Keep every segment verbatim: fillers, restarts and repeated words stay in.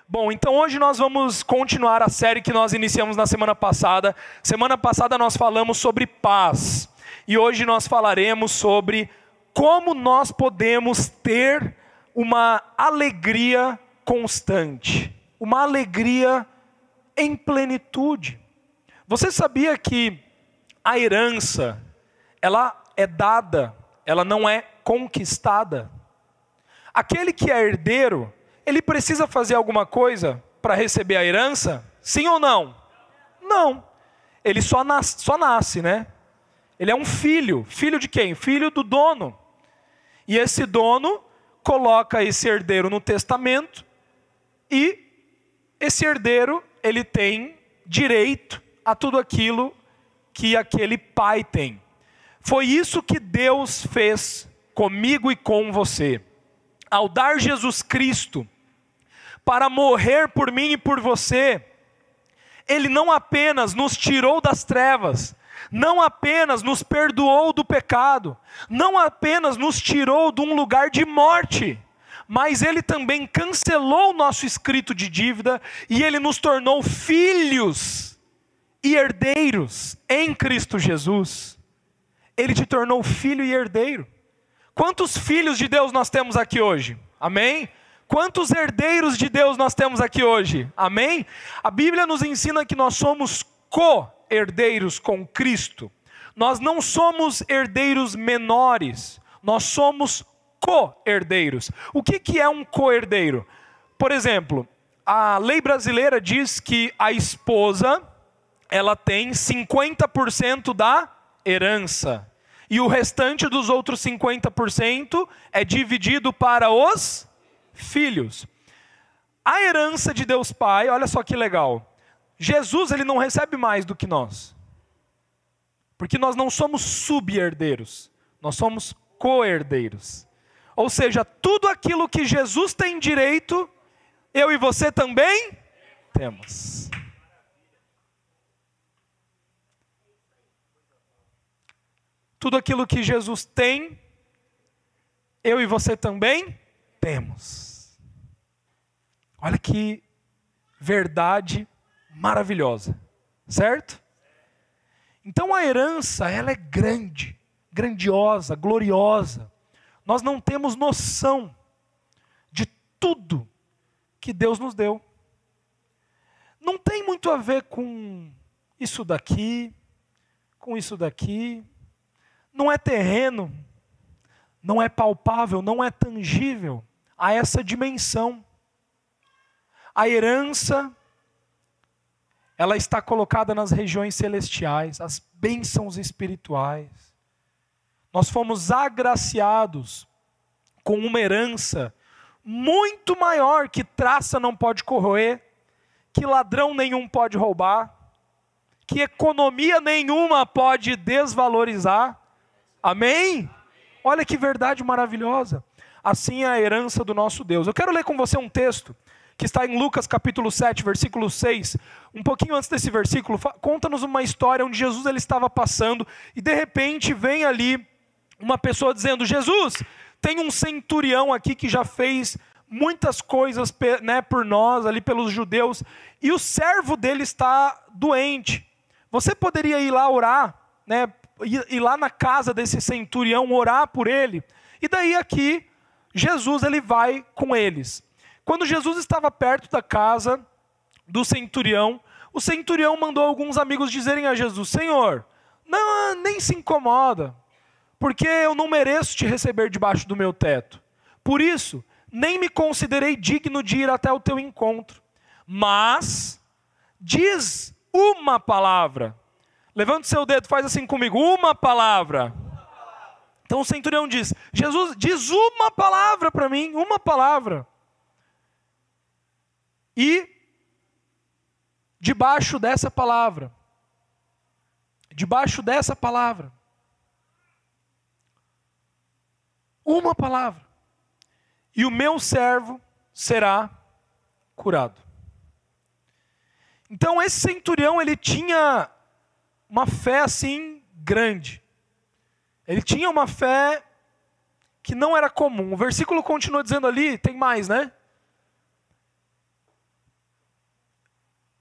Bom, então hoje nós vamos continuar a série que nós iniciamos na semana passada. Semana passada nós falamos sobre paz. E hoje nós falaremos sobre como nós podemos ter uma alegria constante. Uma alegria em plenitude. Você sabia que a herança, ela é dada, ela não é conquistada? Aquele que é herdeiro, ele precisa fazer alguma coisa para receber a herança? Sim ou não? Não. Ele só nasce, só nasce, né? Ele é um filho. Filho de quem? Filho do dono. E esse dono coloca esse herdeiro no testamento e esse herdeiro, ele tem direito a tudo aquilo que aquele pai tem. Foi isso que Deus fez comigo e com você. Ao dar Jesus Cristo para morrer por mim e por você, Ele não apenas nos tirou das trevas, não apenas nos perdoou do pecado, não apenas nos tirou de um lugar de morte, mas Ele também cancelou o nosso escrito de dívida e Ele nos tornou filhos e herdeiros em Cristo Jesus. Ele te tornou filho e herdeiro. Quantos filhos de Deus nós temos aqui hoje? Amém? Quantos herdeiros de Deus nós temos aqui hoje? Amém? A Bíblia nos ensina que nós somos co-herdeiros com Cristo. Nós não somos herdeiros menores, nós somos co-herdeiros. O que que é um co-herdeiro? Por exemplo, a lei brasileira diz que a esposa, ela tem cinquenta por cento da herança. E o restante dos outros cinquenta por cento é dividido para os filhos. A herança de Deus Pai, olha só que legal. Jesus, ele não recebe mais do que nós. Porque nós não somos sub-herdeiros. Nós somos co-herdeiros. Ou seja, tudo aquilo que Jesus tem direito, eu e você também temos. Tudo aquilo que Jesus tem, eu e você também temos. Olha que verdade maravilhosa, certo? Então a herança, ela é grande, grandiosa, gloriosa. Nós não temos noção de tudo que Deus nos deu. Não tem muito a ver com isso daqui, com isso daqui. Não é terreno, não é palpável, não é tangível a essa dimensão. A herança, ela está colocada nas regiões celestiais, as bênçãos espirituais. Nós fomos agraciados com uma herança muito maior que traça não pode corroer, que ladrão nenhum pode roubar, que economia nenhuma pode desvalorizar. Amém? Olha que verdade maravilhosa. Assim é a herança do nosso Deus. Eu quero ler com você um texto que está em Lucas capítulo sete, versículo seis. Um pouquinho antes desse versículo, conta-nos uma história onde Jesus ele estava passando e de repente vem ali uma pessoa dizendo: Jesus, tem um centurião aqui que já fez muitas coisas, né, por nós, ali pelos judeus, e o servo dele está doente. Você poderia ir lá orar, né, ir lá na casa desse centurião, orar por ele? E daí aqui, Jesus ele vai com eles. Quando Jesus estava perto da casa do centurião, o centurião mandou alguns amigos dizerem a Jesus: Senhor, não, nem se incomoda, porque eu não mereço te receber debaixo do meu teto. Por isso, nem me considerei digno de ir até o teu encontro. Mas, diz uma palavra. Levanta o seu dedo, faz assim comigo, uma palavra. Então o centurião diz: Jesus, diz uma palavra para mim, uma palavra. E, debaixo dessa palavra, debaixo dessa palavra, uma palavra, e o meu servo será curado. Então esse centurião, ele tinha uma fé assim grande. Ele tinha uma fé que não era comum. O versículo continua dizendo ali, tem mais, né?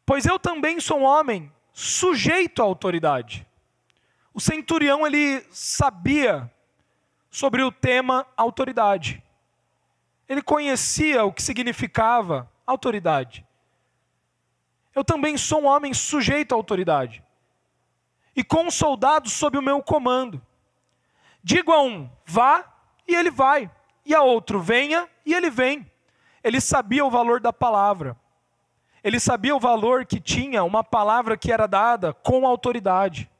pois eu também sou um homem sujeito à autoridade. O centurião, ele sabia sobre o tema autoridade. Ele conhecia o que significava autoridade. Eu também sou um homem sujeito à autoridade, e com soldados sob o meu comando. Digo a um, vá, e ele vai, e a outro, venha, e ele vem. Ele sabia o valor da palavra. Ele sabia o valor que tinha uma palavra que era dada com autoridade.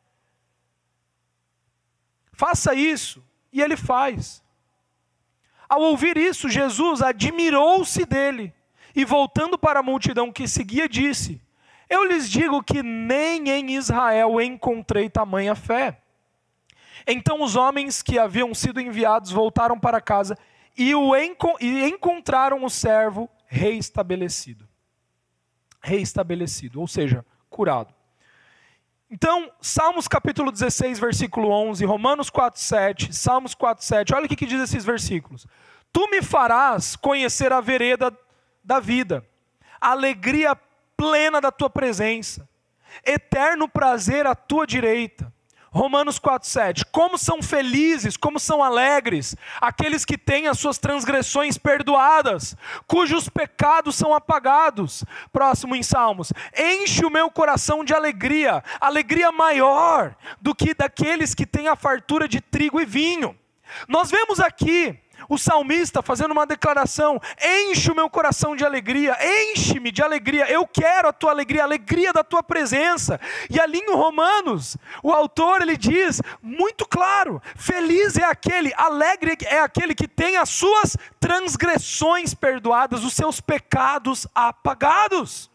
Faça isso, e ele faz. Ao ouvir isso, Jesus admirou-se dele, e voltando para a multidão que seguia, disse: eu lhes digo que nem em Israel encontrei tamanha fé. Então os homens que haviam sido enviados voltaram para casa e, o enco- e encontraram o servo reestabelecido. Reestabelecido, ou seja, curado. Então, Salmos capítulo dezesseis, versículo onze, Romanos quatro, sete, Salmos quatro, sete, olha o que, que diz esses versículos. Tu me farás conhecer a vereda da vida, a alegria plena da tua presença, eterno prazer à tua direita. Romanos quatro, sete, como são felizes, como são alegres, aqueles que têm as suas transgressões perdoadas, cujos pecados são apagados. Próximo em Salmos, enche o meu coração de alegria, alegria maior do que daqueles que têm a fartura de trigo e vinho. Nós vemos aqui o salmista fazendo uma declaração: enche o meu coração de alegria, enche-me de alegria, eu quero a tua alegria, a alegria da tua presença. E ali em Romanos, o autor ele diz, muito claro, feliz é aquele, alegre é aquele que tem as suas transgressões perdoadas, os seus pecados apagados.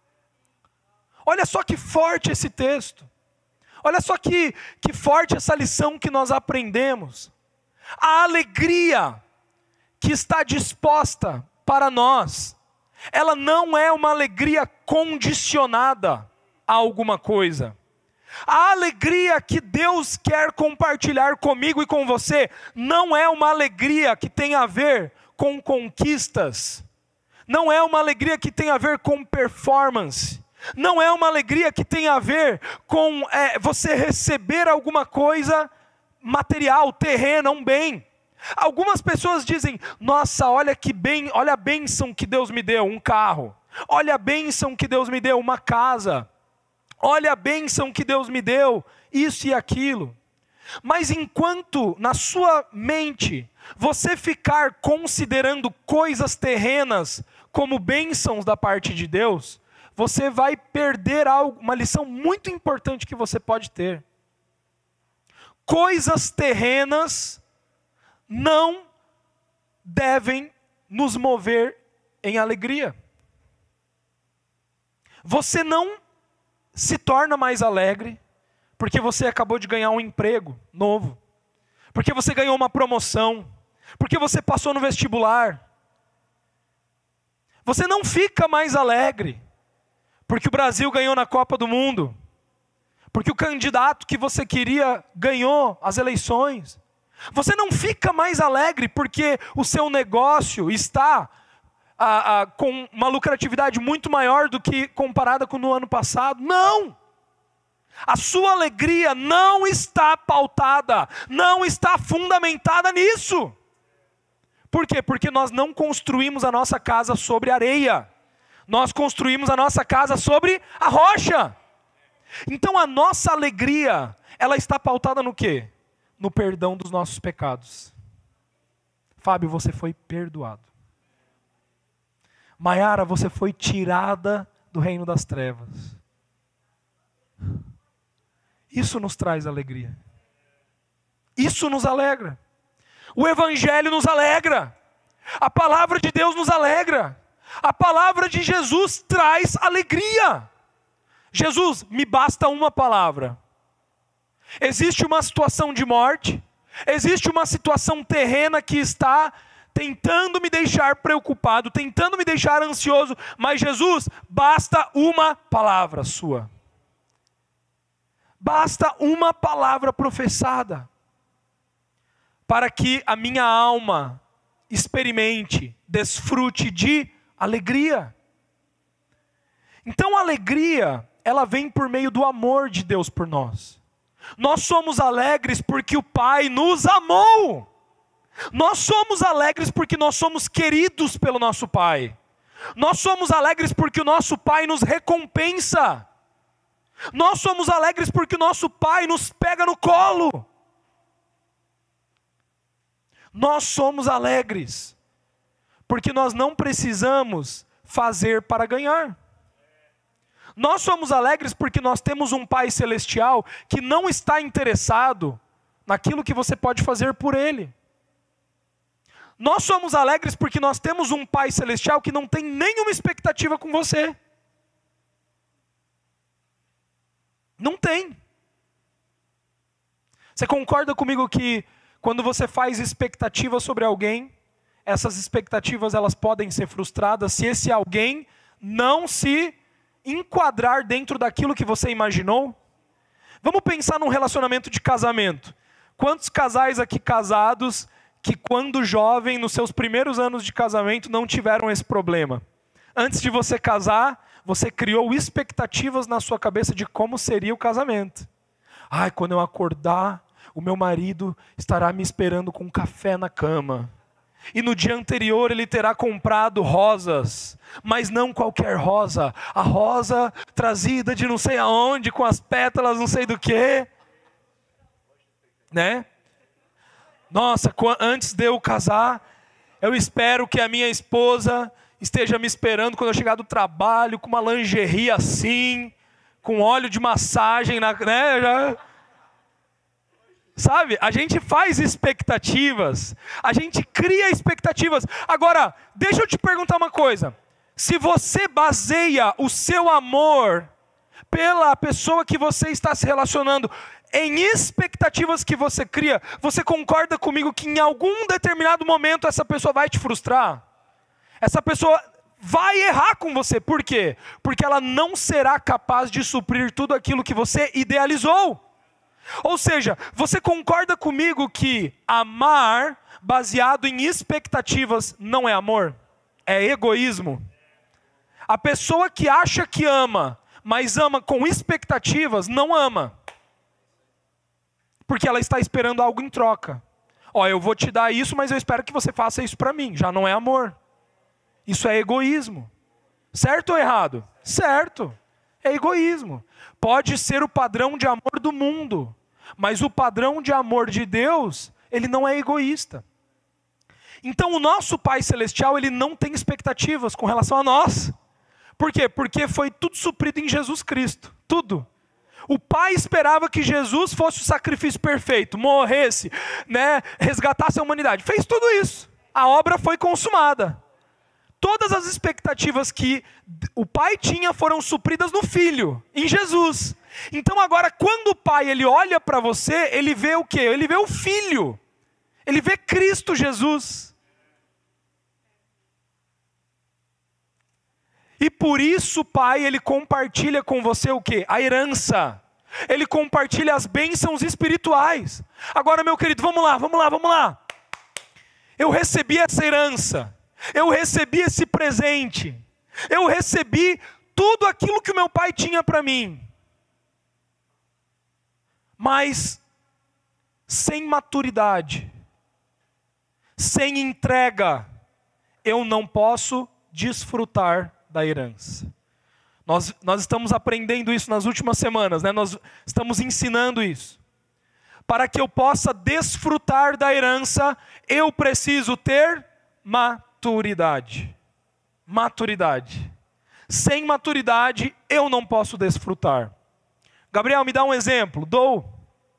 Olha só que forte esse texto, olha só que, que forte essa lição que nós aprendemos. A alegria que está disposta para nós, ela não é uma alegria condicionada a alguma coisa. A alegria que Deus quer compartilhar comigo e com você, não é uma alegria que tem a ver com conquistas, não é uma alegria que tem a ver com performance, não é uma alegria que tem a ver com é, você receber alguma coisa material, terreno, um bem. Algumas pessoas dizem: nossa, olha que bem, olha a bênção que Deus me deu, um carro. Olha a bênção que Deus me deu, uma casa. Olha a bênção que Deus me deu, isso e aquilo. Mas enquanto na sua mente você ficar considerando coisas terrenas como bênçãos da parte de Deus, você vai perder algo, uma lição muito importante que você pode ter. Coisas terrenas não devem nos mover em alegria. Você não se torna mais alegre porque você acabou de ganhar um emprego novo, porque você ganhou uma promoção, porque você passou no vestibular. Você não fica mais alegre porque o Brasil ganhou na Copa do Mundo, porque o candidato que você queria ganhou as eleições. Você não fica mais alegre porque o seu negócio está ah, ah, com uma lucratividade muito maior do que comparada com no ano passado. Não! A sua alegria não está pautada, não está fundamentada nisso. Por quê? Porque nós não construímos a nossa casa sobre areia. Nós construímos a nossa casa sobre a rocha. Então a nossa alegria, ela está pautada no quê? No perdão dos nossos pecados. Fábio, você foi perdoado. Maiara, você foi tirada do reino das trevas. Isso nos traz alegria. Isso nos alegra. O Evangelho nos alegra. A palavra de Deus nos alegra. A palavra de Jesus traz alegria. Jesus, me basta uma palavra. Existe uma situação de morte, existe uma situação terrena que está tentando me deixar preocupado, tentando me deixar ansioso, mas Jesus, basta uma palavra sua. Basta uma palavra professada, para que a minha alma experimente, desfrute de alegria. Então a alegria, ela vem por meio do amor de Deus por nós. Nós somos alegres porque o Pai nos amou. Nós somos alegres porque nós somos queridos pelo nosso Pai. Nós somos alegres porque o nosso Pai nos recompensa. Nós somos alegres porque o nosso Pai nos pega no colo. Nós somos alegres porque nós não precisamos fazer para ganhar. Nós somos alegres porque nós temos um Pai Celestial que não está interessado naquilo que você pode fazer por Ele. Nós somos alegres porque nós temos um Pai Celestial que não tem nenhuma expectativa com você. Não tem. Você concorda comigo que quando você faz expectativas sobre alguém, essas expectativas elas podem ser frustradas se esse alguém não se enquadrar dentro daquilo que você imaginou? Vamos pensar num relacionamento de casamento. Quantos casais aqui casados que quando jovem, nos seus primeiros anos de casamento, não tiveram esse problema? Antes de você casar, você criou expectativas na sua cabeça de como seria o casamento. Ai, quando eu acordar, o meu marido estará me esperando com um café na cama. E no dia anterior ele terá comprado rosas, mas não qualquer rosa. A rosa trazida de não sei aonde, com as pétalas não sei do que. Né? Nossa, antes de eu casar, eu espero que a minha esposa esteja me esperando quando eu chegar do trabalho, com uma lingerie assim, com óleo de massagem, na, né? Já... Sabe, a gente faz expectativas, a gente cria expectativas. Agora, deixa eu te perguntar uma coisa. Se você baseia o seu amor pela pessoa que você está se relacionando em expectativas que você cria, você concorda comigo que em algum determinado momento essa pessoa vai te frustrar? Essa pessoa vai errar com você. Por quê? Porque ela não será capaz de suprir tudo aquilo que você idealizou. Ou seja, você concorda comigo que amar baseado em expectativas não é amor? É egoísmo? A pessoa que acha que ama, mas ama com expectativas, não ama. Porque ela está esperando algo em troca. Ó, eu vou te dar isso, mas eu espero que você faça isso para mim. Já não é amor. Isso é egoísmo. Certo ou errado? Certo. É egoísmo. Pode ser o padrão de amor do mundo, mas o padrão de amor de Deus, ele não é egoísta. Então o nosso Pai Celestial, ele não tem expectativas com relação a nós. Por quê? Porque foi tudo suprido em Jesus Cristo. Tudo. O Pai esperava que Jesus fosse o sacrifício perfeito, morresse, né, resgatasse a humanidade. Fez tudo isso. A obra foi consumada. Todas as expectativas que o Pai tinha foram supridas no Filho, em Jesus. Então agora, quando o Pai ele olha para você, ele vê o quê? Ele vê o Filho. Ele vê Cristo Jesus. E por isso o Pai, ele compartilha com você o quê? A herança. Ele compartilha as bênçãos espirituais. Agora, meu querido, vamos lá, vamos lá, vamos lá. Eu recebi essa herança. Eu recebi esse presente. Eu recebi tudo aquilo que o meu Pai tinha para mim. Mas sem maturidade, sem entrega, eu não posso desfrutar da herança. Nós, nós estamos aprendendo isso nas últimas semanas, né? Nós estamos ensinando isso. Para que eu possa desfrutar da herança, eu preciso ter maturidade. Maturidade. Sem maturidade, eu não posso desfrutar. Gabriel, me dá um exemplo. Dou.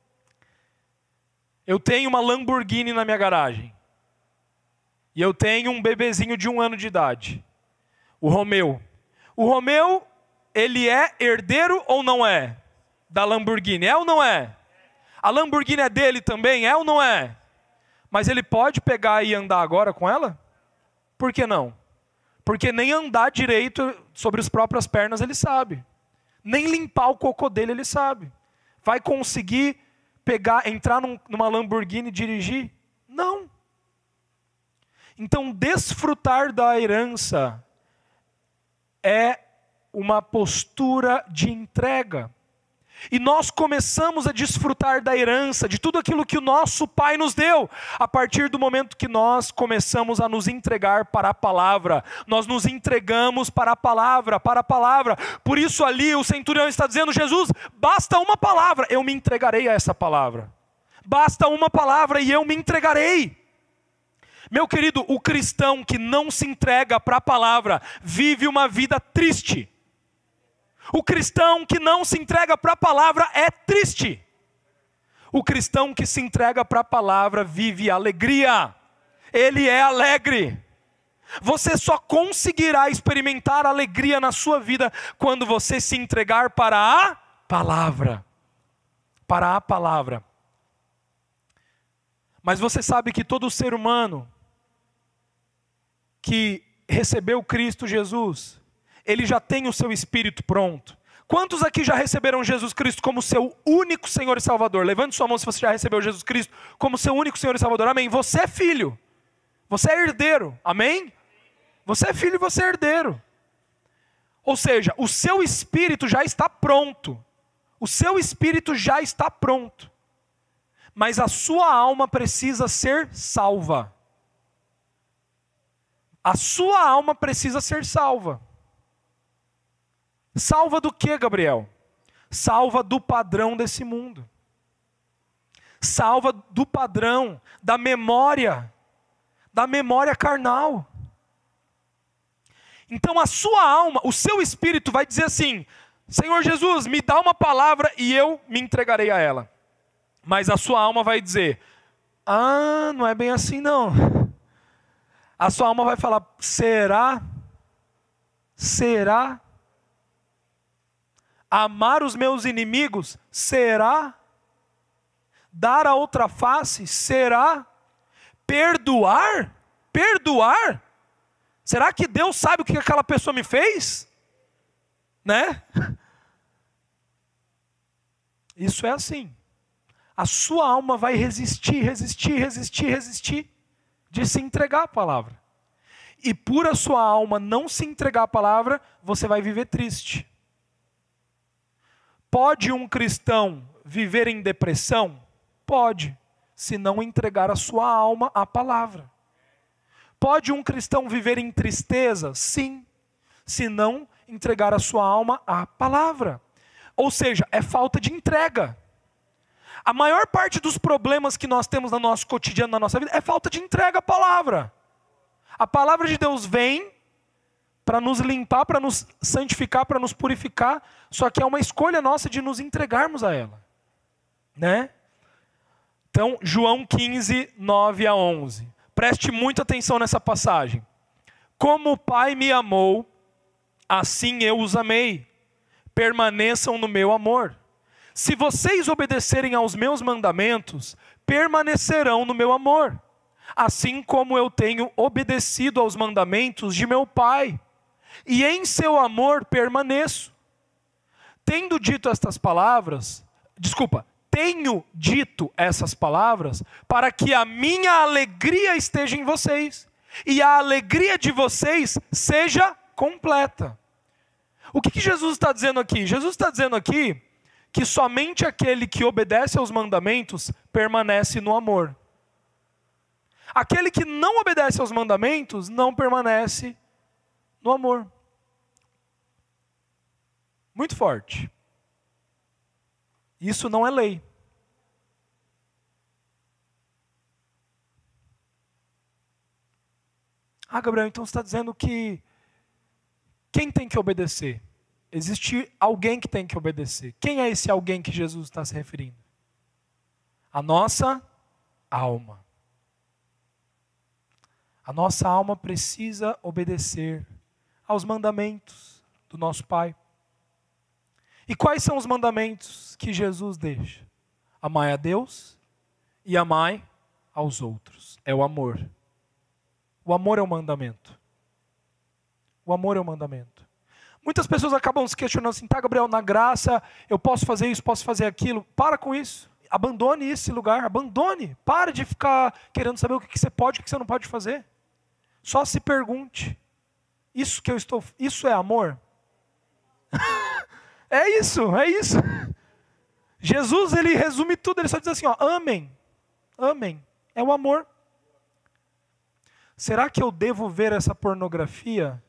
Eu tenho uma Lamborghini na minha garagem. E eu tenho um bebezinho de um ano de idade. O Romeu. O Romeu, ele é herdeiro ou não é? Da Lamborghini. É ou não é? A Lamborghini é dele também? É ou não é? Mas ele pode pegar e andar agora com ela? Por que não? Porque nem andar direito sobre as próprias pernas ele sabe. Nem limpar o cocô dele ele sabe. Vai conseguir pegar, entrar num, numa Lamborghini e dirigir? Não. Então desfrutar da herança é uma postura de entrega. E nós começamos a desfrutar da herança, de tudo aquilo que o nosso Pai nos deu, a partir do momento que nós começamos a nos entregar para a palavra. Nós nos entregamos para a palavra, para a palavra. Por isso ali o centurião está dizendo: Jesus, basta uma palavra, eu me entregarei a essa palavra. Basta uma palavra e eu me entregarei. Meu querido, o cristão que não se entrega para a palavra, vive uma vida triste. O cristão que não se entrega para a palavra é triste. O cristão que se entrega para a palavra vive alegria. Ele é alegre. Você só conseguirá experimentar alegria na sua vida quando você se entregar para a palavra. Para a palavra. Mas você sabe que todo ser humano que recebeu Cristo Jesus, ele já tem o seu espírito pronto. Quantos aqui já receberam Jesus Cristo como seu único Senhor e Salvador? Levante sua mão se você já recebeu Jesus Cristo como seu único Senhor e Salvador. Amém. Você é filho. Você é herdeiro. Amém? Você é filho e você é herdeiro. Ou seja, o seu espírito já está pronto. O seu espírito já está pronto. Mas a sua alma precisa ser salva. A sua alma precisa ser salva. Salva do que, Gabriel? Salva do padrão desse mundo. Salva do padrão, da memória, da memória carnal. Então a sua alma, o seu espírito vai dizer assim: Senhor Jesus, me dá uma palavra e eu me entregarei a ela. Mas a sua alma vai dizer: ah, não é bem assim não. A sua alma vai falar: será? Será? Amar os meus inimigos? Será? Dar a outra face? Será? Perdoar? Perdoar? Será que Deus sabe o que aquela pessoa me fez? Né? Isso é assim. A sua alma vai resistir, resistir, resistir, resistir de se entregar à palavra. E por a sua alma não se entregar à palavra, você vai viver triste. Pode um cristão viver em depressão? Pode, se não entregar a sua alma à palavra. Pode um cristão viver em tristeza? Sim, se não entregar a sua alma à palavra. Ou seja, é falta de entrega. A maior parte dos problemas que nós temos no nosso cotidiano, na nossa vida, é falta de entrega à palavra. A palavra de Deus vem para nos limpar, para nos santificar, para nos purificar, só que é uma escolha nossa de nos entregarmos a ela. Né? Então, João quinze, nove a onze. Preste muita atenção nessa passagem. Como o Pai me amou, assim eu os amei. Permaneçam no meu amor. Se vocês obedecerem aos meus mandamentos, permanecerão no meu amor. Assim como eu tenho obedecido aos mandamentos de meu Pai. E em seu amor permaneço. Tendo dito estas palavras, desculpa, tenho dito essas palavras para que a minha alegria esteja em vocês e a alegria de vocês seja completa. O que, que Jesus está dizendo aqui? Jesus está dizendo aqui que somente aquele que obedece aos mandamentos permanece no amor. Aquele que não obedece aos mandamentos não permanece no amor. Muito forte. Isso não é lei. Ah, Gabriel, então você está dizendo que quem tem que obedecer? Existe alguém que tem que obedecer. Quem é esse alguém que Jesus está se referindo? A nossa alma. A nossa alma precisa obedecer aos mandamentos do nosso Pai. E quais são os mandamentos que Jesus deixa? Amai a Deus e amai aos outros. É o amor. O amor é o mandamento. O amor é o mandamento. Muitas pessoas acabam se questionando assim: tá, Gabriel, na graça eu posso fazer isso, posso fazer aquilo. Para com isso. Abandone esse lugar, abandone. Para de ficar querendo saber o que você pode e o que você não pode fazer. Só se pergunte: isso que eu estou, isso é amor? É isso, é isso. Jesus, ele resume tudo, ele só diz assim, ó, amem, amem, é o amor. Será que eu devo ver essa pornografia?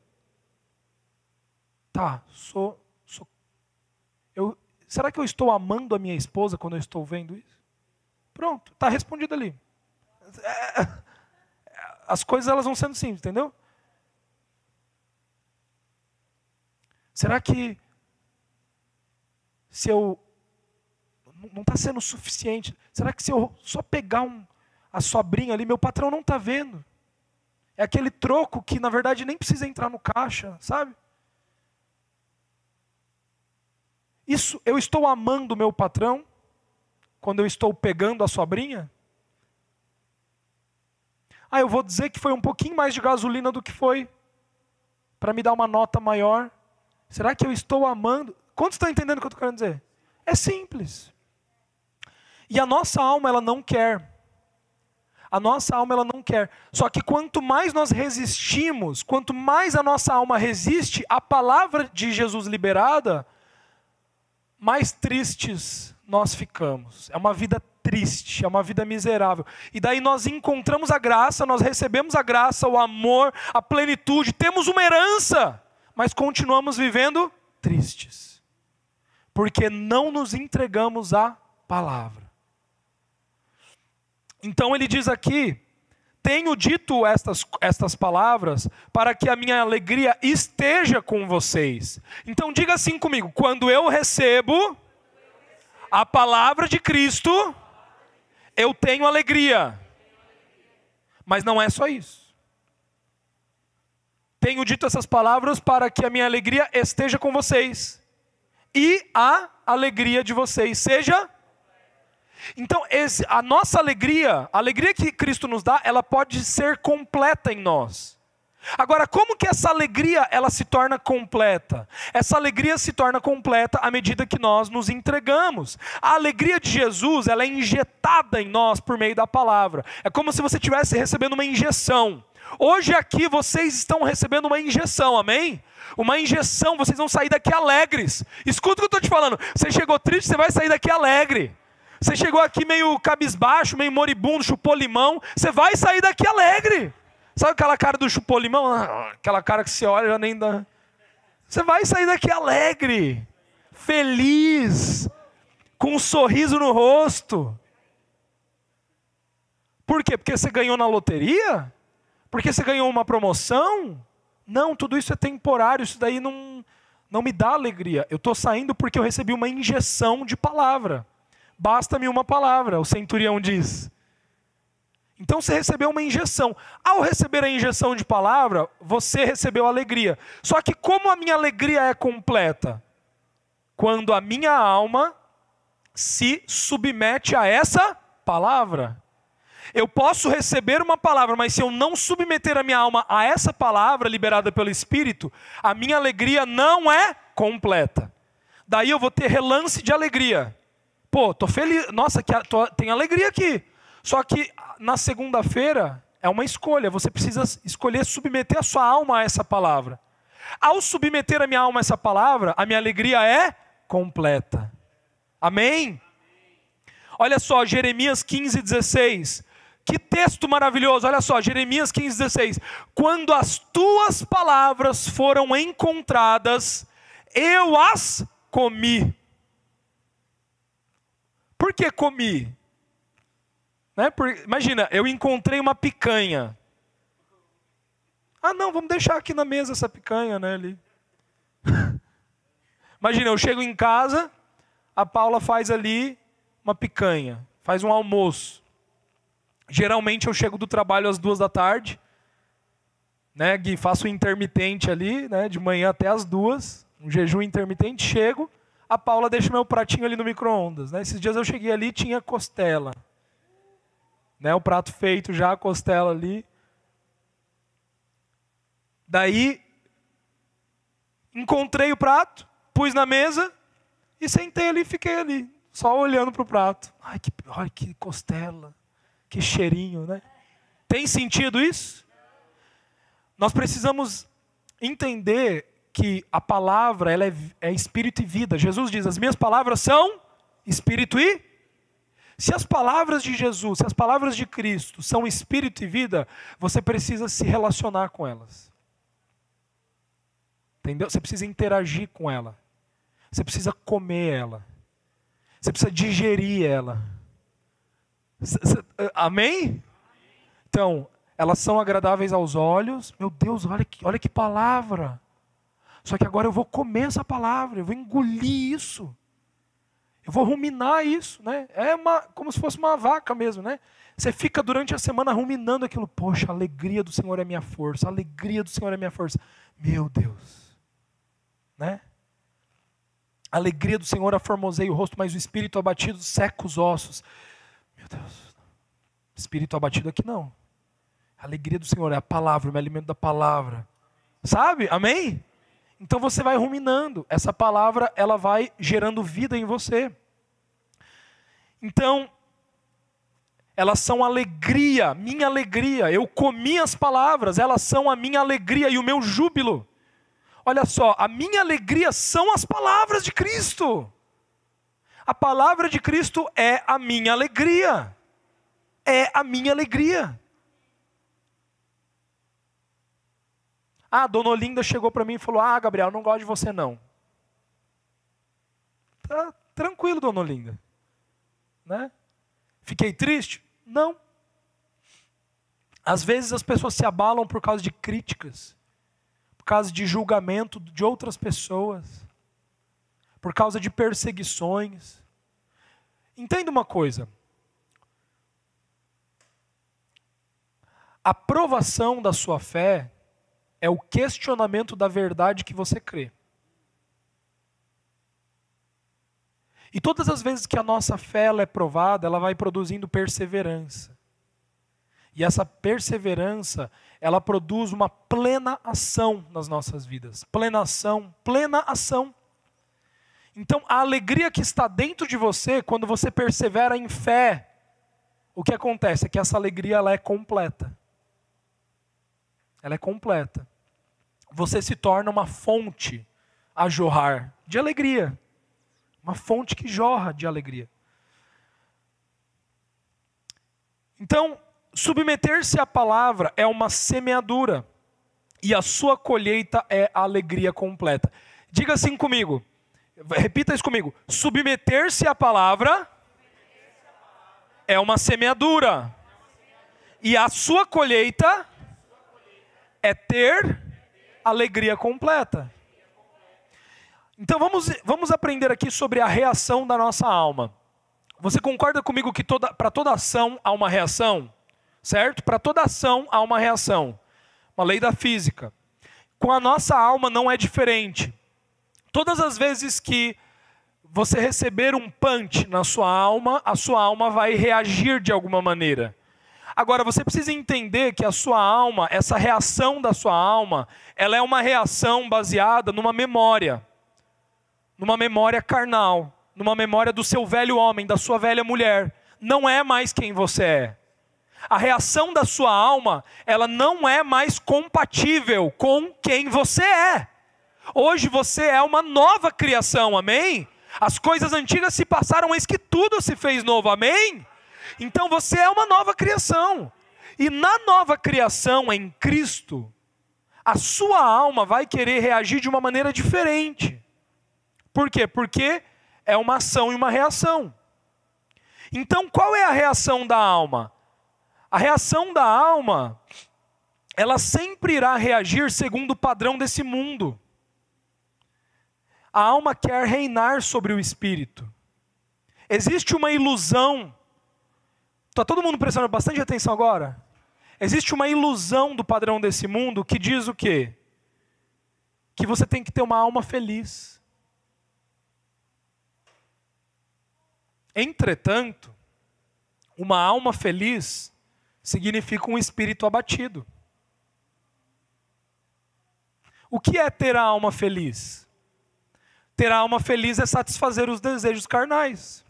Tá, sou, sou eu, será que eu estou amando a minha esposa quando eu estou vendo isso? Pronto, está respondido ali. É, as coisas elas vão sendo simples, entendeu? Será que se eu não está sendo suficiente? Será que se eu só pegar um, a sobrinha ali, meu patrão não está vendo? É aquele troco que na verdade nem precisa entrar no caixa, sabe? Isso, eu estou amando o meu patrão quando eu estou pegando a sobrinha? Ah, eu vou dizer que foi um pouquinho mais de gasolina do que foi para me dar uma nota maior. Será que eu estou amando? Quantos estão entendendo o que eu estou querendo dizer? É simples. E a nossa alma, ela não quer. A nossa alma, ela não quer. Só que quanto mais nós resistimos, quanto mais a nossa alma resiste à palavra de Jesus liberada, mais tristes nós ficamos. É uma vida triste, é uma vida miserável. E daí nós encontramos a graça, nós recebemos a graça, o amor, a plenitude, temos uma herança, mas continuamos vivendo tristes. Porque não nos entregamos à palavra. Então ele diz aqui, tenho dito estas, estas palavras para que a minha alegria esteja com vocês. Então diga assim comigo, quando eu recebo a palavra de Cristo, eu tenho alegria. Mas não é só isso. Tenho dito essas palavras para que a minha alegria esteja com vocês. E a alegria de vocês seja... Então, esse, a nossa alegria, a alegria que Cristo nos dá, ela pode ser completa em nós. Agora, como que essa alegria, ela se torna completa? Essa alegria se torna completa à medida que nós nos entregamos. A alegria de Jesus, ela é injetada em nós por meio da palavra. É como se você estivesse recebendo uma injeção. Hoje aqui vocês estão recebendo uma injeção, amém? Uma injeção, vocês vão sair daqui alegres. Escuta o que eu estou te falando. Você chegou triste, você vai sair daqui alegre. Você chegou aqui meio cabisbaixo, meio moribundo, chupou limão, você vai sair daqui alegre. Sabe aquela cara do chupou limão? Aquela cara que você olha já nem dá. Você vai sair daqui alegre, feliz, com um sorriso no rosto. Por quê? Porque você ganhou na loteria? Porque você ganhou uma promoção? Não, tudo isso é temporário, isso daí não, não me dá alegria. Eu estou saindo porque eu recebi uma injeção de palavra. Basta-me uma palavra, o centurião diz. Então você recebeu uma injeção. Ao receber a injeção de palavra, você recebeu alegria. Só que como a minha alegria é completa? Quando a minha alma se submete a essa palavra. Eu posso receber uma palavra, mas se eu não submeter a minha alma a essa palavra liberada pelo Espírito, a minha alegria não é completa. Daí eu vou ter relance de alegria. Pô, tô feliz, nossa, que, tô, tem alegria aqui. Só que na segunda-feira é uma escolha, você precisa escolher submeter a sua alma a essa palavra. Ao submeter a minha alma a essa palavra, a minha alegria é completa. Amém? Olha só, Jeremias quinze, dezesseis. Que texto maravilhoso, olha só, Jeremias quinze, dezesseis. Quando as tuas palavras foram encontradas, eu as comi. Por que comi? Né? Por, imagina, eu encontrei uma picanha. Ah não, vamos deixar aqui na mesa essa picanha, né? Ali. Imagina, eu chego em casa, a Paula faz ali uma picanha, faz um almoço. Geralmente eu chego do trabalho às duas da tarde, né? Gui, faço um intermitente ali, né? De manhã até às duas, um jejum intermitente, chego. A Paula deixa meu pratinho ali no micro-ondas. Né? Esses dias eu cheguei ali e tinha costela. Né? O prato feito já, a costela ali. Daí, encontrei o prato, pus na mesa e sentei ali e fiquei ali, só olhando para o prato. Ai, que, ai, que costela, que cheirinho, né? Tem sentido isso? Nós precisamos entender que a palavra ela é, é espírito e vida. Jesus diz, as minhas palavras são espírito e... Se as palavras de Jesus, se as palavras de Cristo são espírito e vida, você precisa se relacionar com elas. Entendeu? Você precisa interagir com ela. Você precisa comer ela. Você precisa digerir ela. Amém? Então, elas são agradáveis aos olhos. Meu Deus, olha que, olha que palavra. Só que agora eu vou comer essa palavra, eu vou engolir isso. Eu vou ruminar isso, né? É uma, como se fosse uma vaca mesmo, né? Você fica durante a semana ruminando aquilo. Poxa, a alegria do Senhor é minha força. A alegria do Senhor é minha força. Meu Deus. Né? A alegria do Senhor aformoseia o rosto, mas o espírito abatido seca os ossos. Meu Deus. Espírito abatido aqui não. A alegria do Senhor é a palavra, o meu alimento da palavra. Sabe? Amém? Então você vai ruminando. Essa palavra, ela vai gerando vida em você. Então, elas são alegria, minha alegria. Eu comi as palavras, elas são a minha alegria e o meu júbilo. Olha só, a minha alegria são as palavras de Cristo. A palavra de Cristo é a minha alegria. É a minha alegria. Ah, a dona Olinda chegou para mim e falou, ah, Gabriel, não gosto de você não. Tá tranquilo, dona Olinda. Né? Fiquei triste? Não. Às vezes as pessoas se abalam por causa de críticas, por causa de julgamento de outras pessoas, por causa de perseguições. Entenda uma coisa. A provação da sua fé é o questionamento da verdade que você crê. E todas as vezes que a nossa fé ela é provada, ela vai produzindo perseverança. E essa perseverança, ela produz uma plena ação nas nossas vidas. Plena ação, plena ação. Então, a alegria que está dentro de você, quando você persevera em fé, o que acontece é que essa alegria ela é completa. Ela é completa. Você se torna uma fonte a jorrar de alegria. Uma fonte que jorra de alegria. Então, submeter-se à palavra é uma semeadura. E a sua colheita é a alegria completa. Diga assim comigo. Repita isso comigo. Submeter-se à palavra é uma semeadura. E a sua colheita é ter alegria completa. Então vamos, vamos aprender aqui sobre a reação da nossa alma. Você concorda comigo que toda, para toda ação há uma reação? Certo? Para toda ação há uma reação. Uma lei da física. Com a nossa alma não é diferente. Todas as vezes que você receber um punch na sua alma, a sua alma vai reagir de alguma maneira. Agora, você precisa entender que a sua alma, essa reação da sua alma, ela é uma reação baseada numa memória. Numa memória carnal. Numa memória do seu velho homem, da sua velha mulher. Não é mais quem você é. A reação da sua alma, ela não é mais compatível com quem você é. Hoje você é uma nova criação, amém? As coisas antigas se passaram, eis que tudo se fez novo, amém? Então você é uma nova criação. E na nova criação em Cristo, a sua alma vai querer reagir de uma maneira diferente. Por quê? Porque é uma ação e uma reação. Então qual é a reação da alma? A reação da alma, ela sempre irá reagir segundo o padrão desse mundo. A alma quer reinar sobre o espírito. Existe uma ilusão. Está todo mundo prestando bastante atenção agora? Existe uma ilusão do padrão desse mundo que diz o quê? Que você tem que ter uma alma feliz. Entretanto, uma alma feliz significa um espírito abatido. O que é ter a alma feliz? Ter a alma feliz é satisfazer os desejos carnais.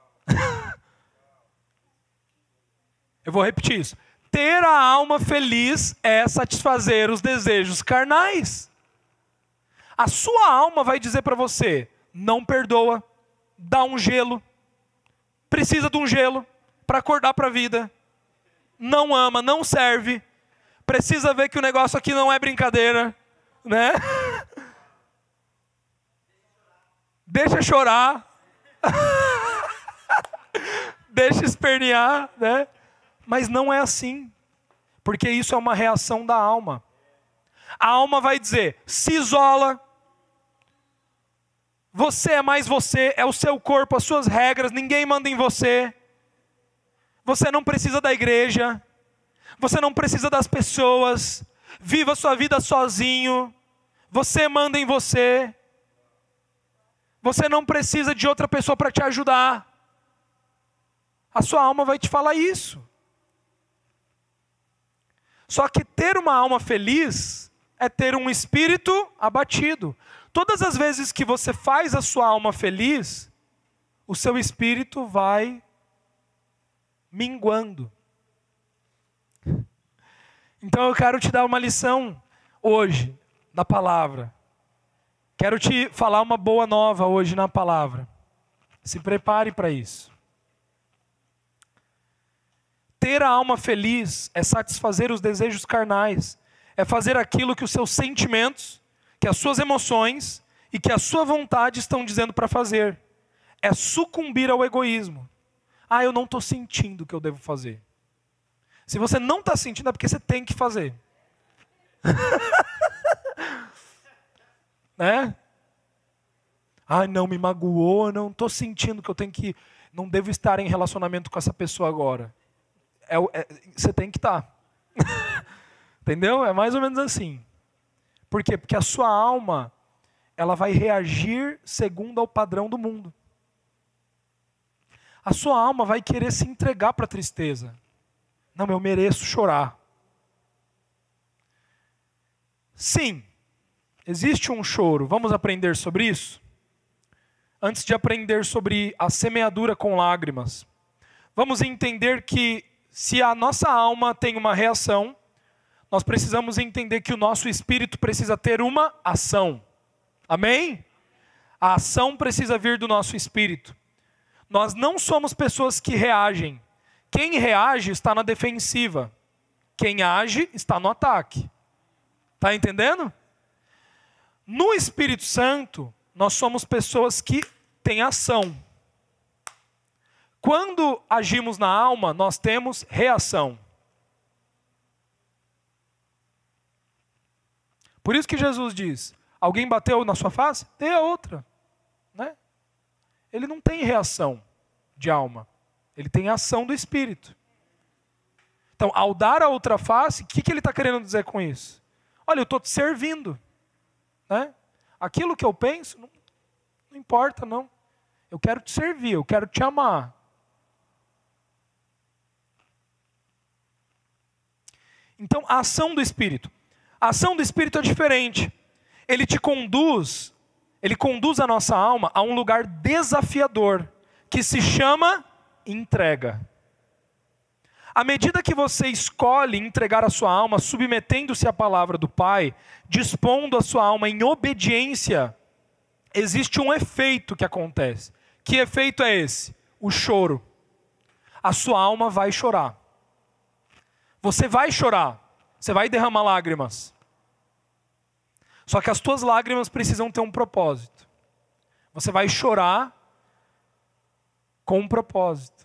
Eu vou repetir isso. Ter a alma feliz é satisfazer os desejos carnais. A sua alma vai dizer para você, não perdoa, dá um gelo, precisa de um gelo para acordar para a vida, não ama, não serve, precisa ver que o negócio aqui não é brincadeira, né? Deixa chorar, deixa espernear, né? Mas não é assim, porque isso é uma reação da alma. A alma vai dizer, se isola, você é mais você, é o seu corpo, as suas regras, ninguém manda em você, você não precisa da igreja, você não precisa das pessoas, viva a sua vida sozinho, você manda em você, você não precisa de outra pessoa para te ajudar. A sua alma vai te falar isso. Só que ter uma alma feliz é ter um espírito abatido. Todas as vezes que você faz a sua alma feliz, o seu espírito vai minguando. Então eu quero te dar uma lição hoje, da palavra. Quero te falar uma boa nova hoje na palavra. Se prepare para isso. Ter a alma feliz é satisfazer os desejos carnais. É fazer aquilo que os seus sentimentos, que as suas emoções e que a sua vontade estão dizendo para fazer. É sucumbir ao egoísmo. Ah, eu não estou sentindo o que eu devo fazer. Se você não está sentindo é porque você tem que fazer. Né? Ah, não, me magoou, não estou sentindo que eu tenho que... Não devo estar em relacionamento com essa pessoa agora. É, é, você tem que estar. Entendeu? É mais ou menos assim. Por quê? Porque a sua alma, ela vai reagir segundo ao padrão do mundo. A sua alma vai querer se entregar para a tristeza. Não, eu mereço chorar. Sim, existe um choro. Vamos aprender sobre isso? Antes de aprender sobre a semeadura com lágrimas, vamos entender que se a nossa alma tem uma reação, nós precisamos entender que o nosso espírito precisa ter uma ação. Amém? A ação precisa vir do nosso espírito. Nós não somos pessoas que reagem. Quem reage está na defensiva. Quem age está no ataque. Está entendendo? No Espírito Santo, nós somos pessoas que têm ação. Quando agimos na alma, nós temos reação. Por isso que Jesus diz, alguém bateu na sua face? Dê a outra. Né? Ele não tem reação de alma. Ele tem ação do Espírito. Então, ao dar a outra face, o que, que ele está querendo dizer com isso? Olha, eu estou te servindo. Né? Aquilo que eu penso, não, não importa não. Eu quero te servir, eu quero te amar. Então, a ação do Espírito. A ação do Espírito é diferente. Ele te conduz, ele conduz a nossa alma a um lugar desafiador, que se chama entrega. À medida que você escolhe entregar a sua alma, submetendo-se à palavra do Pai, dispondo a sua alma em obediência, existe um efeito que acontece. Que efeito é esse? O choro. A sua alma vai chorar. Você vai chorar, você vai derramar lágrimas. Só que as tuas lágrimas precisam ter um propósito. Você vai chorar com um propósito.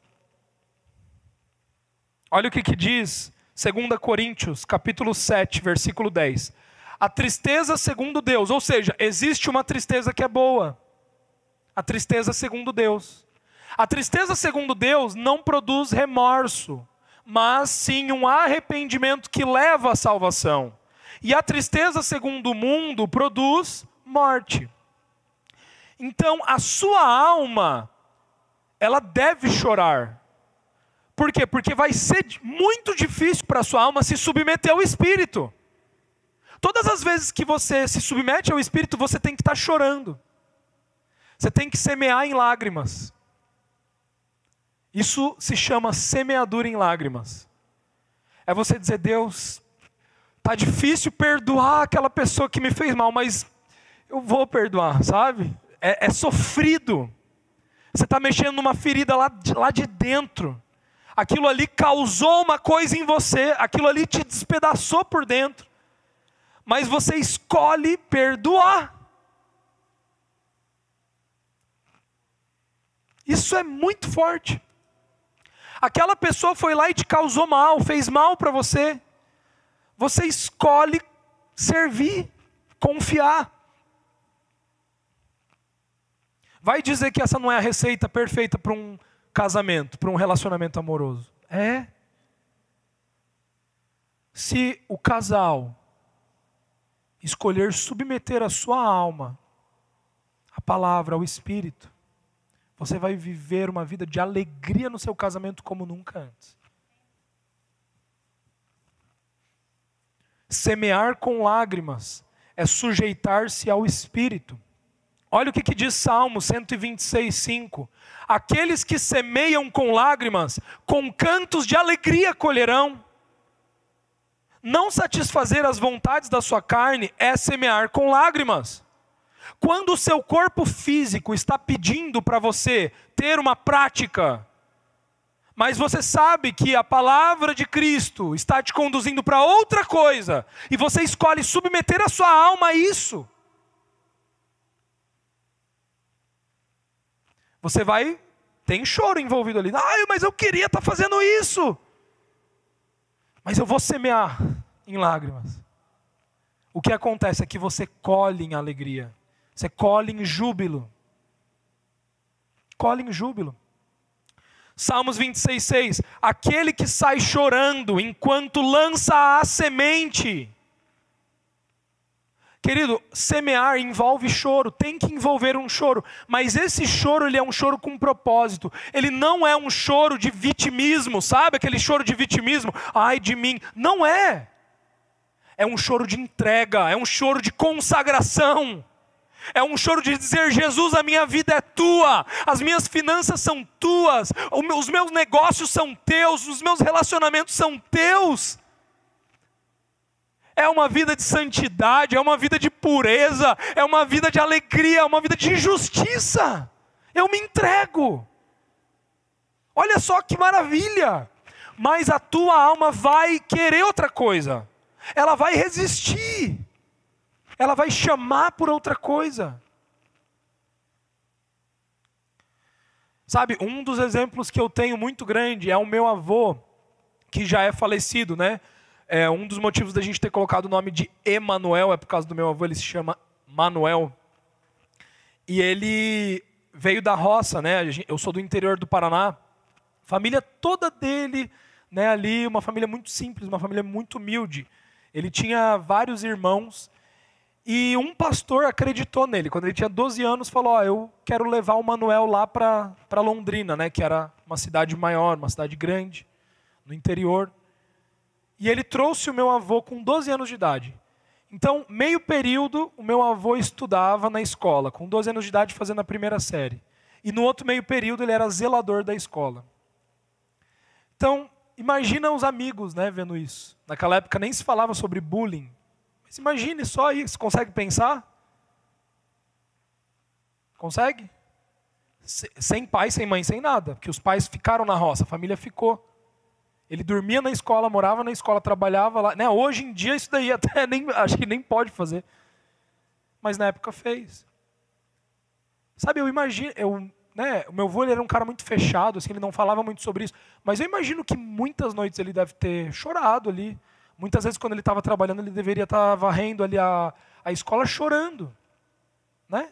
Olha o que, que diz dois Coríntios, capítulo sete, versículo dez. A tristeza segundo Deus, ou seja, existe uma tristeza que é boa. A tristeza segundo Deus. A tristeza segundo Deus não produz remorso, mas sim um arrependimento que leva à salvação. E a tristeza segundo o mundo produz morte. Então a sua alma, ela deve chorar. Por quê? Porque vai ser muito difícil para a sua alma se submeter ao Espírito. Todas as vezes que você se submete ao Espírito, você tem que estar chorando. Você tem que semear em lágrimas. Isso se chama semeadura em lágrimas. É você dizer, Deus, está difícil perdoar aquela pessoa que me fez mal, mas eu vou perdoar, sabe? É, é sofrido. Você está mexendo numa ferida lá de, lá de dentro. Aquilo ali causou uma coisa em você, aquilo ali te despedaçou por dentro. Mas você escolhe perdoar. Isso é muito forte. Aquela pessoa foi lá e te causou mal, fez mal para você. Você escolhe servir, confiar. Vai dizer que essa não é a receita perfeita para um casamento, para um relacionamento amoroso. É. Se o casal escolher submeter a sua alma, a palavra, ao Espírito, você vai viver uma vida de alegria no seu casamento como nunca antes. Semear com lágrimas é sujeitar-se ao Espírito. Olha o que, que diz Salmo cento e vinte e seis, cinco. Aqueles que semeiam com lágrimas, com cantos de alegria colherão. Não satisfazer as vontades da sua carne é semear com lágrimas. Quando o seu corpo físico está pedindo para você ter uma prática, mas você sabe que a palavra de Cristo está te conduzindo para outra coisa, e você escolhe submeter a sua alma a isso, você vai, tem choro envolvido ali. Ai, mas eu queria estar fazendo isso. Mas eu vou semear em lágrimas. O que acontece é que você colhe em alegria. Você colhe em júbilo. Colhe em júbilo. Salmos vinte e seis, seis. Aquele que sai chorando enquanto lança a semente. Querido, semear envolve choro, tem que envolver um choro, mas esse choro ele é um choro com propósito, ele não é um choro de vitimismo, sabe aquele choro de vitimismo, ai de mim, não é, é um choro de entrega, é um choro de consagração, é um choro de dizer, Jesus, a minha vida é tua, as minhas finanças são tuas, os meus negócios são teus, os meus relacionamentos são teus. É uma vida de santidade, é uma vida de pureza, é uma vida de alegria, é uma vida de justiça. Eu me entrego. Olha só que maravilha. Mas a tua alma vai querer outra coisa. Ela vai resistir. Ela vai chamar por outra coisa. Sabe, um dos exemplos que eu tenho muito grande é o meu avô, que já é falecido, né? É, um dos motivos da gente ter colocado o nome de Emanuel é por causa do meu avô, ele se chama Manuel. E ele veio da roça, né? Eu sou do interior do Paraná. Família toda dele, né, ali, uma família muito simples, uma família muito humilde. Ele tinha vários irmãos e um pastor acreditou nele. Quando ele tinha doze anos, falou, ó, eu quero levar o Manuel lá para para Londrina, né, que era uma cidade maior, uma cidade grande, no interior. E ele trouxe o meu avô com doze anos de idade. Então, meio período, o meu avô estudava na escola, com doze anos de idade, fazendo a primeira série. E no outro meio período, ele era zelador da escola. Então, imagina os amigos, né, vendo isso. Naquela época nem se falava sobre bullying. Mas imagine só aí, você consegue pensar? Consegue? Sem pai, sem mãe, sem nada. Porque os pais ficaram na roça, a família ficou. Ele dormia na escola, morava na escola, trabalhava lá. Né? Hoje em dia isso daí até nem, acho que nem pode fazer. Mas na época fez. Sabe, eu imagino, eu, né, o meu avô ele era um cara muito fechado, assim, ele não falava muito sobre isso. Mas eu imagino que muitas noites ele deve ter chorado ali. Muitas vezes quando ele estava trabalhando, ele deveria estar varrendo ali a, a escola chorando. Né?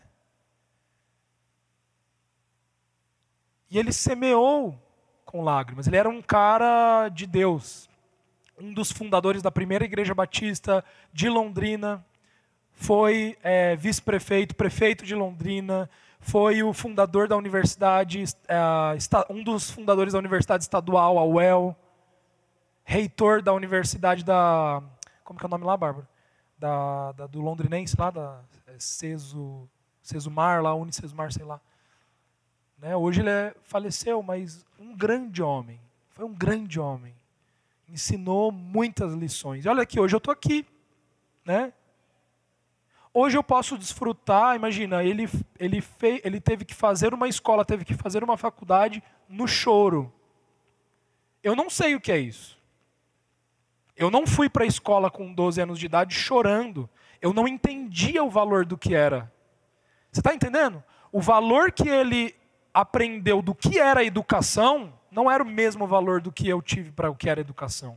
E ele semeou com lágrimas. Ele era um cara de Deus. Um dos fundadores da primeira igreja batista de Londrina. Foi é, vice-prefeito, prefeito de Londrina. Foi o fundador da universidade, é, esta, um dos fundadores da universidade estadual, a U E L. Reitor da universidade da... Como que é o nome lá, Bárbara? Da, da, do londrinense lá, da é, Ceso, Cesumar, lá, Unicesumar, sei lá. Né? Hoje ele é, faleceu, mas um grande homem. Foi um grande homem. Ensinou muitas lições. E olha aqui, hoje eu estou aqui. Né? Hoje eu posso desfrutar, imagina, ele, ele, fe, ele teve que fazer uma escola, teve que fazer uma faculdade no choro. Eu não sei o que é isso. Eu não fui para a escola com doze anos de idade chorando. Eu não entendia o valor do que era. Você está entendendo? O valor que ele aprendeu do que era educação não era o mesmo valor do que eu tive para o que era educação.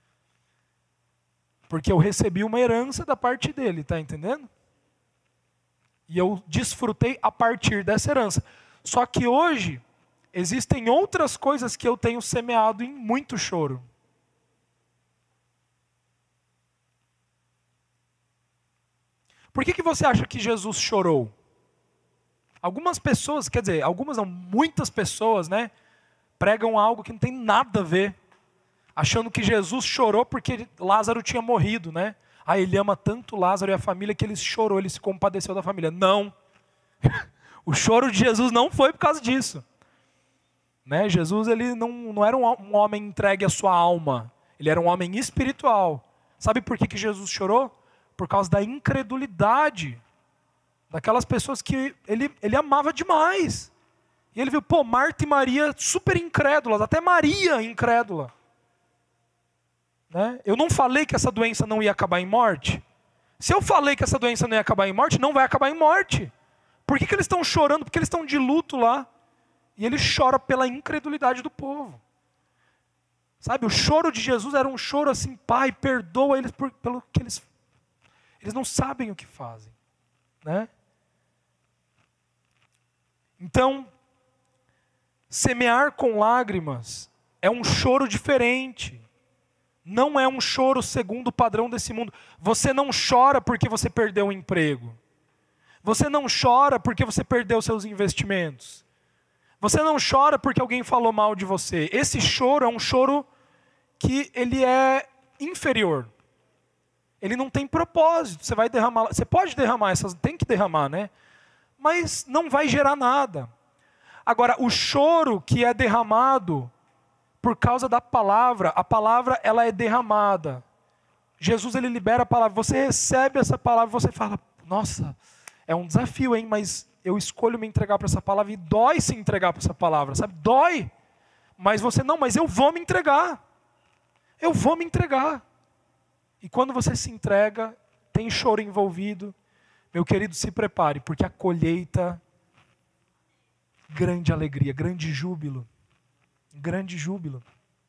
Porque eu recebi uma herança da parte dele, está entendendo? E eu desfrutei a partir dessa herança. Só que hoje, existem outras coisas que eu tenho semeado em muito choro. Por que que você acha que Jesus chorou? Algumas pessoas, quer dizer, algumas não, muitas pessoas, né, pregam algo que não tem nada a ver. Achando que Jesus chorou porque Lázaro tinha morrido, né? Ah, ele ama tanto Lázaro e a família que ele chorou, ele se compadeceu da família. Não. O choro de Jesus não foi por causa disso. Né? Jesus ele não, não era um, um homem entregue à sua alma. Ele era um homem espiritual. Sabe por que que Jesus chorou? Por causa da incredulidade daquelas pessoas que ele, ele amava demais. E ele viu, pô, Marta e Maria super incrédulas, até Maria incrédula. Né? Eu não falei que essa doença não ia acabar em morte? Se eu falei que essa doença não ia acabar em morte, não vai acabar em morte. Por que que eles estão chorando? Porque eles estão de luto lá. E ele chora pela incredulidade do povo. Sabe, o choro de Jesus era um choro assim, Pai, perdoa eles por, pelo que eles... Eles não sabem o que fazem. Né? Então, semear com lágrimas é um choro diferente. Não é um choro segundo o padrão desse mundo. Você não chora porque você perdeu o emprego. Você não chora porque você perdeu seus investimentos. Você não chora porque alguém falou mal de você. Esse choro é um choro que ele é inferior. Ele não tem propósito. Você vai derramar, você pode derramar essas, tem que derramar, né? Mas não vai gerar nada. Agora, o choro que é derramado por causa da palavra, a palavra ela é derramada. Jesus ele libera a palavra, você recebe essa palavra, você fala, nossa, é um desafio, hein? Mas eu escolho me entregar para essa palavra e dói se entregar para essa palavra, sabe? Dói. Mas você, não, mas eu vou me entregar. Eu vou me entregar. E quando você se entrega, tem choro envolvido, meu querido, se prepare, porque a colheita, grande alegria, grande júbilo. Grande júbilo.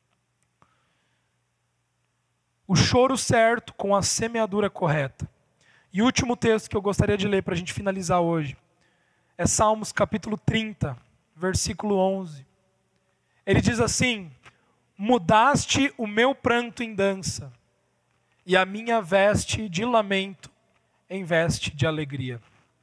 O choro certo com a semeadura correta. E o último texto que eu gostaria de ler para a gente finalizar hoje é Salmos capítulo trinta, versículo onze. Ele diz assim: mudaste o meu pranto em dança, e a minha veste de lamento em veste de alegria.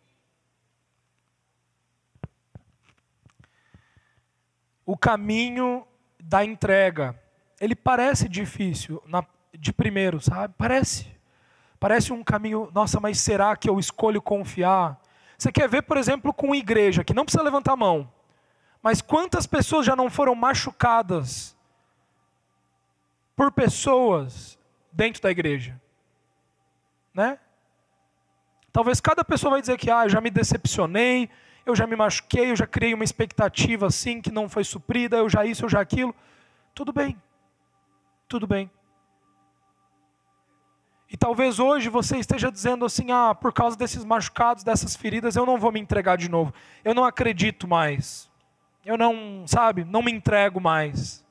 O caminho da entrega, ele parece difícil na, de primeiro, sabe? Parece. Parece um caminho, nossa, mas será que eu escolho confiar? Você quer ver, por exemplo, com igreja, que não precisa levantar a mão. Mas quantas pessoas já não foram machucadas por pessoas dentro da igreja? Né? Talvez cada pessoa vai dizer que ah, eu já me decepcionei, eu já me machuquei, eu já criei uma expectativa assim que não foi suprida, eu já isso, eu já aquilo. Tudo bem, tudo bem. E talvez hoje você esteja dizendo assim, ah, por causa desses machucados, dessas feridas, eu não vou me entregar de novo. Eu não acredito mais. Eu não, sabe, não me entrego mais.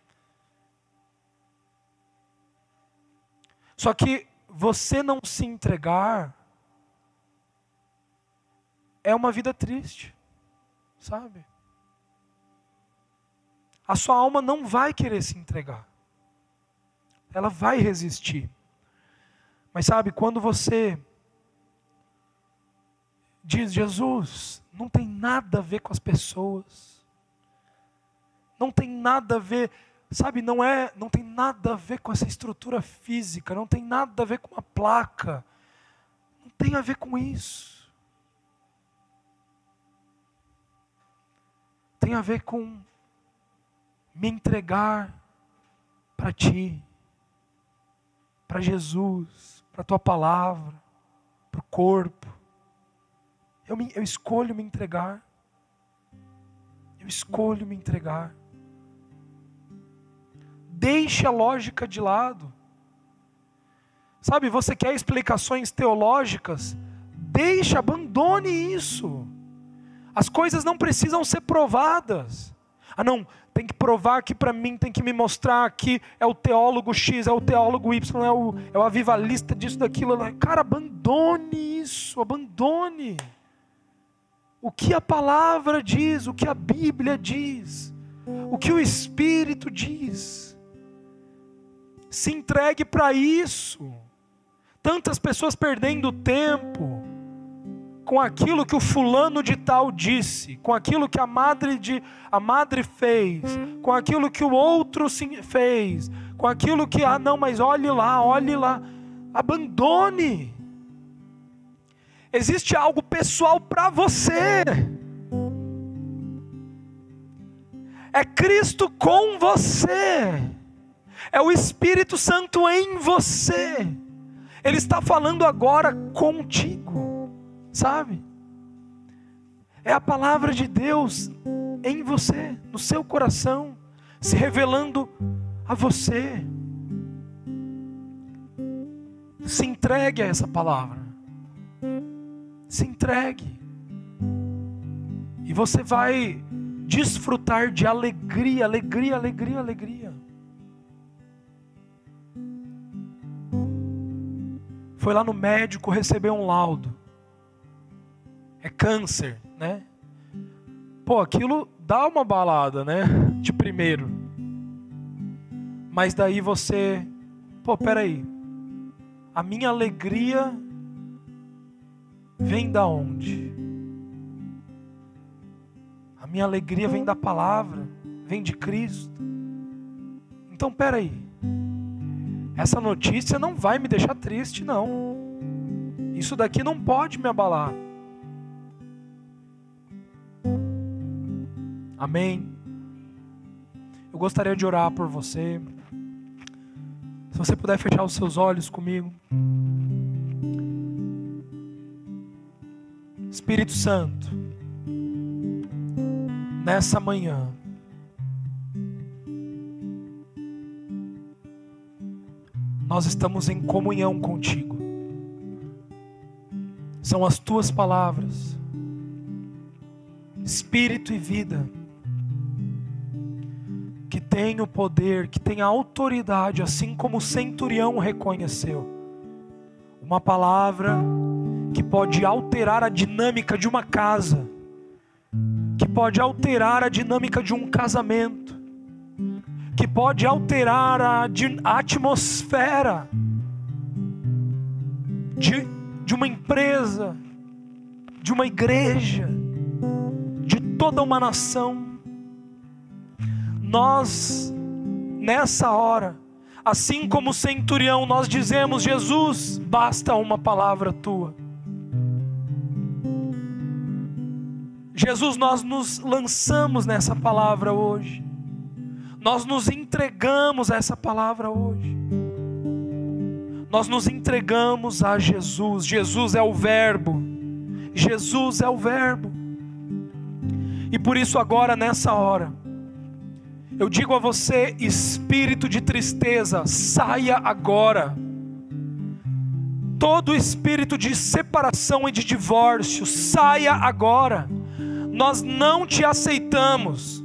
Só que você não se entregar é uma vida triste, sabe? A sua alma não vai querer se entregar. Ela vai resistir. Mas sabe, quando você diz, Jesus, não tem nada a ver com as pessoas. Não tem nada a ver, sabe, não é, não tem nada a ver com essa estrutura física, não tem nada a ver com a placa. Não tem a ver com isso. Tem a ver com me entregar para Ti, para Jesus, para a Tua palavra, para o corpo. Eu, me, eu escolho me entregar. Eu escolho me entregar. Deixe a lógica de lado. Sabe, você quer explicações teológicas? Deixe, abandone isso. As coisas não precisam ser provadas. Ah não, tem que provar aqui para mim, tem que me mostrar que é o teólogo X, é o teólogo Y, é o, é o avivalista disso, daquilo. Cara, abandone isso, abandone. O que a palavra diz, o que a Bíblia diz, o que o Espírito diz. Se entregue para isso. Tantas pessoas perdendo tempo com aquilo que o fulano de tal disse, com aquilo que a madre, de, a madre fez, com aquilo que o outro fez, com aquilo que, ah não, mas olhe lá, olhe lá. Abandone. Existe algo pessoal para você. É Cristo com você. É o Espírito Santo em você. Ele está falando agora contigo, sabe? É a palavra de Deus em você, no seu coração, se revelando a você. Se entregue a essa palavra. Se entregue. E você vai desfrutar de alegria, alegria, alegria, alegria. Foi lá no médico receber um laudo. É câncer, né? Pô, aquilo dá uma balada, né? De primeiro. Mas daí você... Pô, peraí. A minha alegria vem da onde? A minha alegria vem da palavra. Vem de Cristo. Então, peraí. Essa notícia não vai me deixar triste, não. Isso daqui não pode me abalar. Amém? Eu gostaria de orar por você. Se você puder fechar os seus olhos comigo. Espírito Santo, nessa manhã, nós estamos em comunhão contigo. São as tuas palavras, Espírito e vida, que tem o poder, que tem a autoridade, assim como o centurião reconheceu. Uma palavra que pode alterar a dinâmica de uma casa, que pode alterar a dinâmica de um casamento, que pode alterar a, a atmosfera de, de uma empresa, de uma igreja, de toda uma nação. Nós, nessa hora, assim como o centurião, nós dizemos: Jesus, basta uma palavra tua. Jesus, nós nos lançamos nessa palavra hoje. Nós nos entregamos a essa palavra hoje. Nós nos entregamos a Jesus. Jesus é o Verbo. Jesus é o Verbo. E por isso agora, nessa hora, eu digo a você: espírito de tristeza, saia agora. Todo espírito de separação e de divórcio, saia agora. Nós não te aceitamos.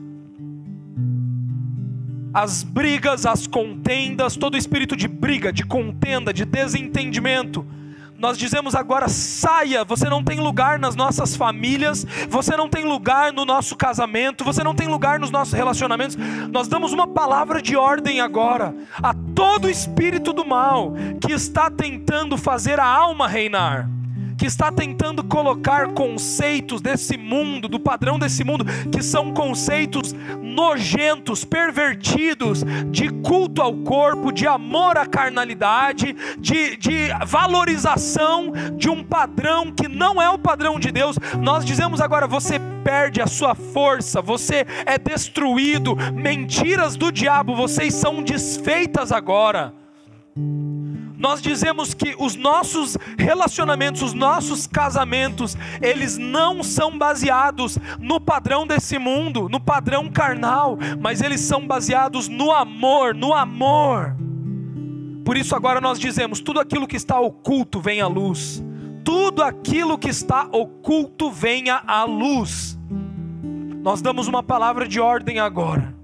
As brigas, as contendas, todo espírito de briga, de contenda, de desentendimento, nós dizemos agora: saia. Você não tem lugar nas nossas famílias, você não tem lugar no nosso casamento, você não tem lugar nos nossos relacionamentos. Nós damos uma palavra de ordem agora a todo espírito do mal que está tentando fazer a alma reinar, que está tentando colocar conceitos desse mundo, do padrão desse mundo, que são conceitos nojentos, pervertidos, de culto ao corpo, de amor à carnalidade, de, de valorização de um padrão que não é o padrão de Deus. Nós dizemos agora: você perde a sua força, você é destruído. Mentiras do diabo, vocês são desfeitas agora. Nós dizemos que os nossos relacionamentos, os nossos casamentos, eles não são baseados no padrão desse mundo, no padrão carnal, mas eles são baseados no amor, no amor. Por isso agora nós dizemos, tudo aquilo que está oculto venha à luz. Tudo aquilo que está oculto venha à luz. Nós damos uma palavra de ordem agora.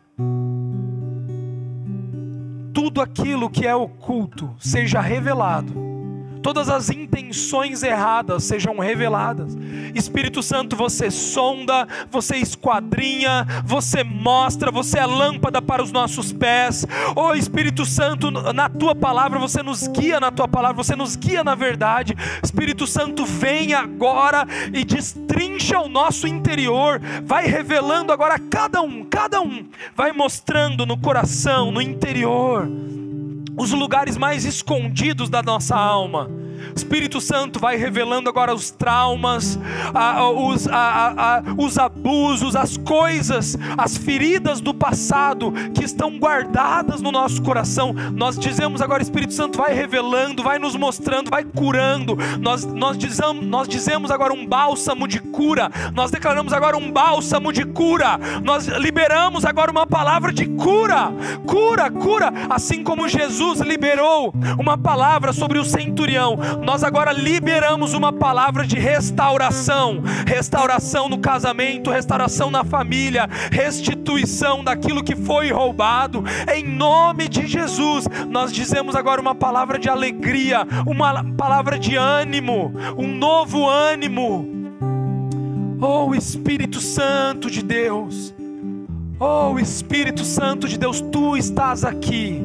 Tudo aquilo que é oculto seja revelado. Todas as intenções erradas sejam reveladas. Espírito Santo, você sonda, você esquadrinha, você mostra, você é lâmpada para os nossos pés. Oh Espírito Santo, na tua palavra, você nos guia na tua palavra, você nos guia na verdade. Espírito Santo, vem agora e destrincha o nosso interior. Vai revelando agora cada um, cada um. Vai mostrando no coração, no interior, os lugares mais escondidos da nossa alma. Espírito Santo vai revelando agora os traumas, a, os, a, a, a, os abusos, as coisas, as feridas do passado que estão guardadas no nosso coração. Nós dizemos agora, Espírito Santo, vai revelando, vai nos mostrando, vai curando. Nós, nós, dizemos, nós dizemos agora um bálsamo de cura. Nós declaramos agora um bálsamo de cura. Nós liberamos agora uma palavra de cura. Cura, cura. Assim como Jesus liberou uma palavra sobre o centurião, nós agora liberamos uma palavra de restauração. Restauração no casamento, restauração na família, restituição daquilo que foi roubado. Em nome de Jesus, nós dizemos agora uma palavra de alegria, uma palavra de ânimo, um novo ânimo. Oh Espírito Santo de Deus, oh Espírito Santo de Deus, Tu estás aqui,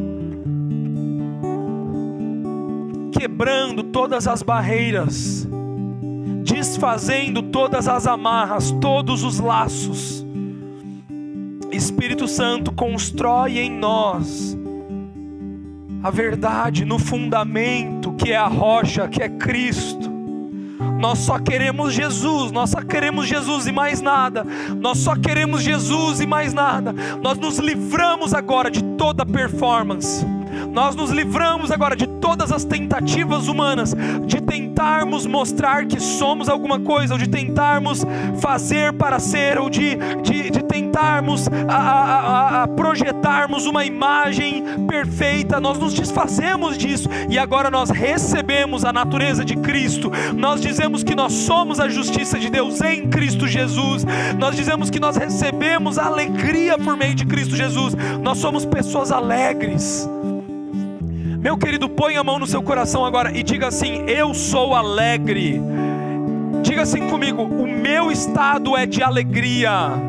quebrando todas as barreiras, desfazendo todas as amarras, todos os laços. Espírito Santo, constrói em nós a verdade no fundamento que é a rocha, que é Cristo. Nós só queremos Jesus, nós só queremos Jesus e mais nada. Nós só queremos Jesus e mais nada. Nós nos livramos agora de toda performance. Nós nos livramos agora de todas as tentativas humanas, de tentarmos mostrar que somos alguma coisa, ou de tentarmos fazer para ser, ou de, de, de tentarmos a, a, a projetarmos uma imagem perfeita. Nós nos desfazemos disso, e agora nós recebemos a natureza de Cristo. Nós dizemos que nós somos a justiça de Deus em Cristo Jesus. Nós dizemos que nós recebemos a alegria por meio de Cristo Jesus. Nós somos pessoas alegres. Meu querido, põe a mão no seu coração agora e diga assim: eu sou alegre. Diga assim comigo: o meu estado é de alegria.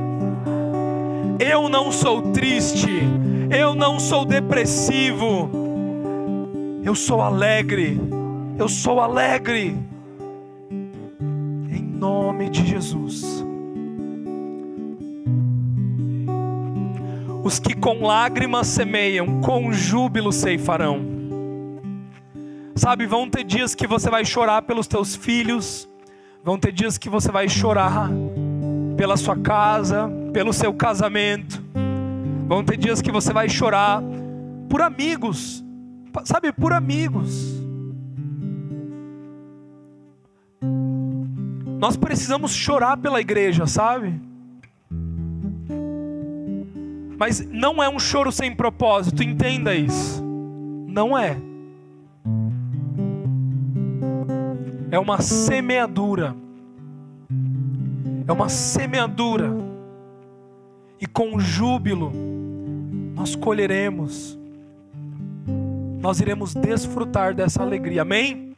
Eu não sou triste, eu não sou depressivo, eu sou alegre, eu sou alegre, em nome de Jesus. Os que com lágrimas semeiam, com júbilo ceifarão. Sabe, vão ter dias que você vai chorar pelos teus filhos, vão ter dias que você vai chorar pela sua casa, pelo seu casamento, vão ter dias que você vai chorar por amigos, sabe, por amigos. Nós precisamos chorar pela igreja, sabe? Mas não é um choro sem propósito, entenda isso. Não é. É uma semeadura. É uma semeadura. E com júbilo nós colheremos. Nós iremos desfrutar dessa alegria. Amém?